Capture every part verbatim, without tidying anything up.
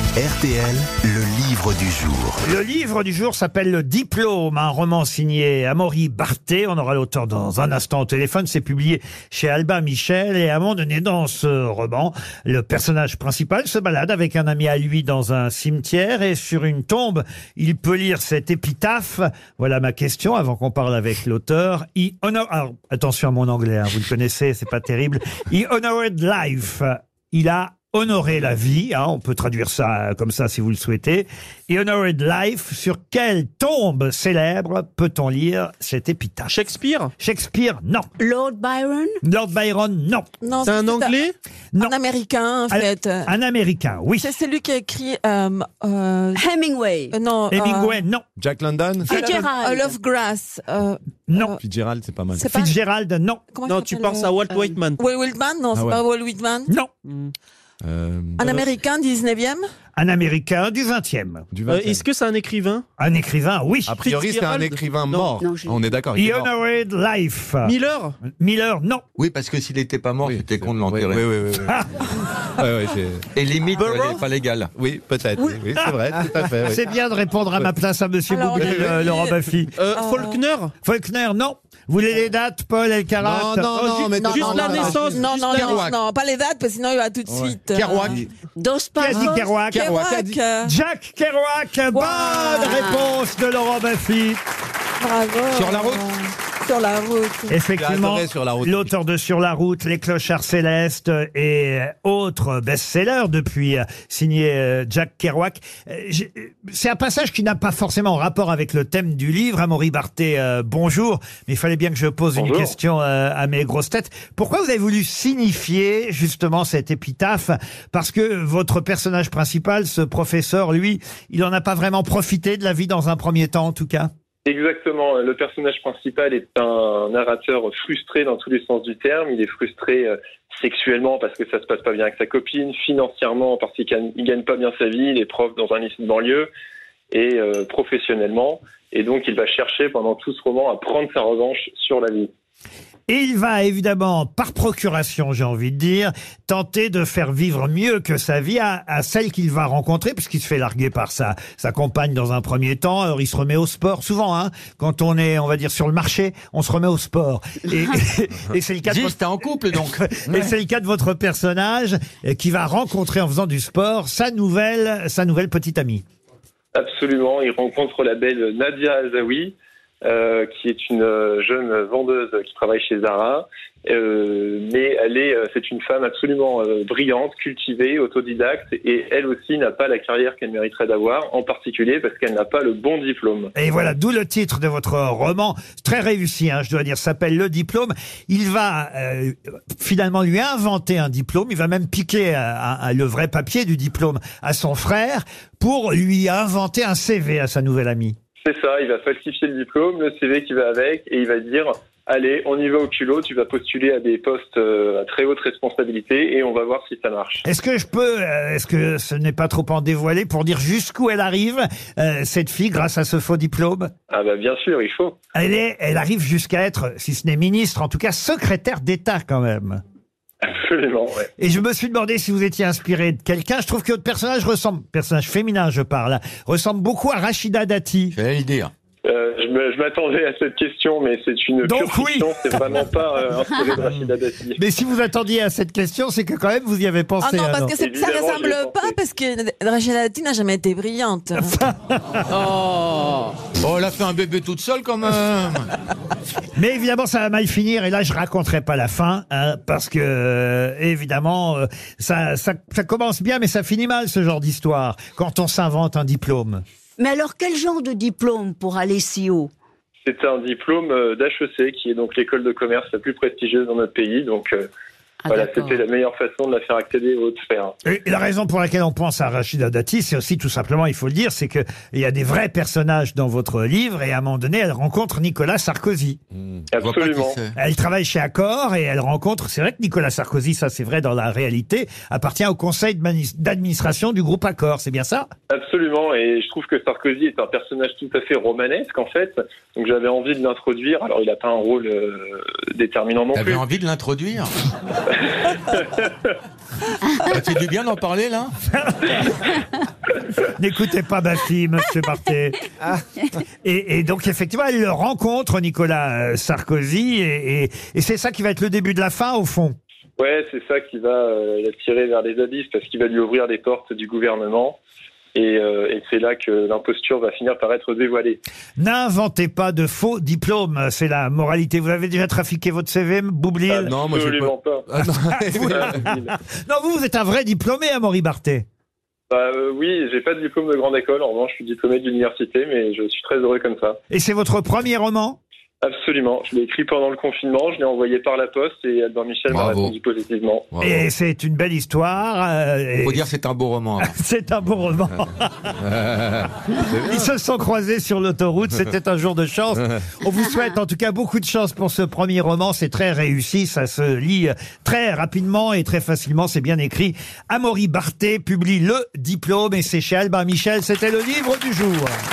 R T L, le livre du jour. Le livre du jour s'appelle Le Diplôme, un roman signé Amaury Barthé. On aura l'auteur dans un instant au téléphone. C'est publié chez Albin Michel. Et à un moment donné, dans ce roman, le personnage principal se balade avec un ami à lui dans un cimetière. Et sur une tombe, il peut lire cette épitaphe. Voilà ma question avant qu'on parle avec l'auteur. He honor... Alors, attention à mon anglais, hein, vous le connaissez, c'est pas terrible. He honored life. Il a honorer la vie, hein, on peut traduire ça comme ça si vous le souhaitez. Et Honored Life, sur quelle tombe célèbre peut-on lire cette épitaphe? Shakespeare? Shakespeare, non. Lord Byron? Lord Byron, non. Non, C'est un anglais? Non. Un américain, en fait. Un, un américain, oui. C'est celui qui a écrit... Euh, euh, Hemingway. euh, non. Hemingway, non. Jack London? Fitzgerald. Euh, Love Grass. Euh, Non. Fitzgerald, c'est pas mal. c'est pas... Fitzgerald, non. Comment il Non, tu s'appelle, penses euh, à Walt euh, Whitman. Walt Whitman? Non, c'est Ah ouais. pas Walt Whitman. Non. Euh, Un américain, dix-neuvième? Un américain du vingtième. du Euh, vingtième. Est-ce que c'est un écrivain? Un écrivain, oui. A priori, c'est un Fitzgerald? écrivain Non. mort. Non, je- On est d'accord. il He est mort. Honored Life. Miller? Miller, non. Oui, parce que s'il n'était pas mort, Oui, c'était c'est- con de oui, l'enterrer. Oui, oui, oui. oui. Ouais, ouais, c'est- Et limite, Burroughs elle n'est pas légale. oui, peut-être. Oui, oui, c'est vrai, tout à fait. oui. C'est bien de répondre à ma place à Monsieur Alors, Boublil, on a- euh, Laurent Baffy. Euh, Euh, Faulkner? Faulkner, non. Vous voulez les dates, Paul Elkarat? Non, non, Oh, non, ju- mais non, juste non, la non, naissance. Non, juste non, la- non, Kerouac. non, pas les dates, parce que sinon il va tout de Ouais. suite. Kerouac. Dos Qui a dit Passos. Kerouac? Kerouac. euh, Jack Kerouac, bonne réponse de Laurent Baffy. Bravo. Sur la route? Sur la route. Effectivement, J'ai adoré Sur la route. l'auteur de Sur la route, Les Clochards Célestes et autres best-sellers depuis euh, signé euh, Jack Kerouac. Euh, j'ai- C'est un passage qui n'a pas forcément rapport avec le thème du livre. Amaury Barthé, euh, bonjour. Mais il fallait bien que je pose une Bonjour. question euh, à mes grosses têtes. Pourquoi vous avez voulu signifier justement cette épitaphe? Parce que votre personnage principal, ce professeur, lui, il en a pas vraiment profité de la vie dans un premier temps, en tout cas. Exactement. Le personnage principal est un narrateur frustré dans tous les sens du terme. Il est frustré euh, sexuellement parce que ça se passe pas bien avec sa copine, financièrement parce qu'il gagne, il gagne pas bien sa vie, il est prof dans un lycée de banlieue, et euh, professionnellement. Et donc, il va chercher pendant tout ce roman à prendre sa revanche sur la vie. Et il va évidemment, par procuration, j'ai envie de dire, tenter de faire vivre mieux que sa vie à, à celle qu'il va rencontrer, puisqu'il se fait larguer par sa, sa compagne dans un premier temps. Alors il se remet au sport, souvent, hein, quand on est, on va dire, sur le marché, on se remet au sport. Et, et, et c'est le cas de Dis, t'es en couple, donc. votre, et c'est le cas de votre personnage euh, qui va rencontrer en faisant du sport sa nouvelle, sa nouvelle petite amie. Absolument. Il rencontre la belle Nadia Azaoui, euh, qui est une euh, jeune vendeuse qui travaille chez Zara. Euh, mais elle est, euh, c'est une femme absolument euh, brillante, cultivée, autodidacte, et elle aussi n'a pas la carrière qu'elle mériterait d'avoir, en particulier parce qu'elle n'a pas le bon diplôme. Et voilà, d'où le titre de votre roman, très réussi, hein, je dois dire, s'appelle Le Diplôme. Il va euh, finalement lui inventer un diplôme, il va même piquer euh, un- un- le vrai papier du diplôme à son frère pour lui inventer un C V à sa nouvelle amie. C'est ça, il va falsifier le diplôme, le C V qui va avec, et il va dire « Allez, on y va au culot, tu vas postuler à des postes euh, à très haute responsabilité, et on va voir si ça marche. » Est-ce que je peux, euh, est-ce que ce n'est pas trop en dévoiler pour dire jusqu'où elle arrive, euh, cette fille, grâce à ce faux diplôme? Ah bah bien sûr, il faut. Elle est, elle arrive jusqu'à être, si ce n'est ministre, en tout cas secrétaire d'État quand même. Absolument, ouais. Et je me suis demandé si vous étiez inspiré de quelqu'un. Je trouve que votre personnage ressemble, personnage féminin je parle, ressemble beaucoup à Rachida Dati. J'allais le dire. Euh, je me- je m'attendais à cette question, mais c'est une Donc pure oui. fiction, c'est vraiment pas euh, inspiré de Rachida Dati. Mais si vous attendiez à cette question, c'est que quand même vous y avez Ah pensé. non, parce alors. que c'est- ça Évidemment, ressemble j'y ai pas, pensé. parce que Rachel Dati n'a jamais été brillante. Oh! Oh, elle a fait un bébé toute seule, quand même. Mais évidemment, ça va mal finir. Et là, je raconterai pas la fin, hein, parce que euh, évidemment, euh, ça, ça, ça commence bien, mais ça finit mal ce genre d'histoire quand on s'invente un diplôme. Mais alors, quel genre de diplôme pour aller si haut? C'est un diplôme euh, d'H E C, qui est donc l'école de commerce la plus prestigieuse dans notre pays, donc euh, Ah, voilà, d'accord. c'était la meilleure façon de la faire accéder aux hautes sphères. Et la raison pour laquelle on pense à Rachida Dati, c'est aussi tout simplement, il faut le dire, c'est que il y a des vrais personnages dans votre livre, et à un moment donné, elle rencontre Nicolas Sarkozy. Je vois pas qui Absolument. c'est. Elle travaille chez Accor et elle rencontre, c'est vrai que Nicolas Sarkozy, ça c'est vrai dans la réalité, appartient au conseil de mani- d'administration du groupe Accor, c'est bien ça? Absolument, et je trouve que Sarkozy est un personnage tout à fait romanesque, en fait, donc j'avais envie de l'introduire. Alors, il n'a pas un rôle euh, déterminant non T'avais plus. envie de l'introduire? Ça fait du bien d'en parler, là? N'écoutez pas ma fille, monsieur Barthé. Et, et donc, effectivement, elle le rencontre, Nicolas Sarkozy, et, et, et c'est ça qui va être le début de la fin, au fond. Ouais, c'est ça qui va euh, l'attirer vers les abysses, parce qu'il va lui ouvrir les portes du gouvernement. Et, euh, et c'est là que l'imposture va finir par être dévoilée. N'inventez pas de faux diplômes, c'est la moralité. Vous avez déjà trafiqué votre C V, Boublil? Ah, non, moi je Absolument pas. pas. Ah, non. vous, non, vous, vous êtes un vrai diplômé, Amaury Barthé. Bah euh, oui, j'ai pas de diplôme de grande école. En revanche, je suis diplômé de l'université, mais je suis très heureux comme ça. Et c'est votre premier roman? Absolument. Je l'ai écrit pendant le confinement, je l'ai envoyé par la poste et Albin Michel m'a répondu positivement. Bravo. Et c'est une belle histoire. Euh, Il faut dire que c'est un beau roman. c'est un beau roman. Ils se sont croisés sur l'autoroute, c'était un jour de chance. On vous souhaite en tout cas beaucoup de chance pour ce premier roman. C'est très réussi, ça se lit très rapidement et très facilement. C'est bien écrit. Amaury Barthé publie Le Diplôme et c'est chez Albin Michel. C'était le livre du jour.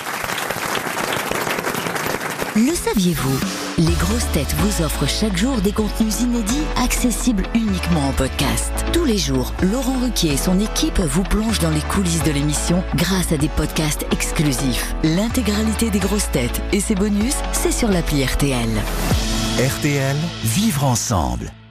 Le saviez-vous? Les grosses têtes vous offrent chaque jour des contenus inédits accessibles uniquement en podcast. Tous les jours, Laurent Ruquier et son équipe vous plongent dans les coulisses de l'émission grâce à des podcasts exclusifs. L'intégralité des grosses têtes et ses bonus, c'est sur l'appli R T L. R T L, vivre ensemble.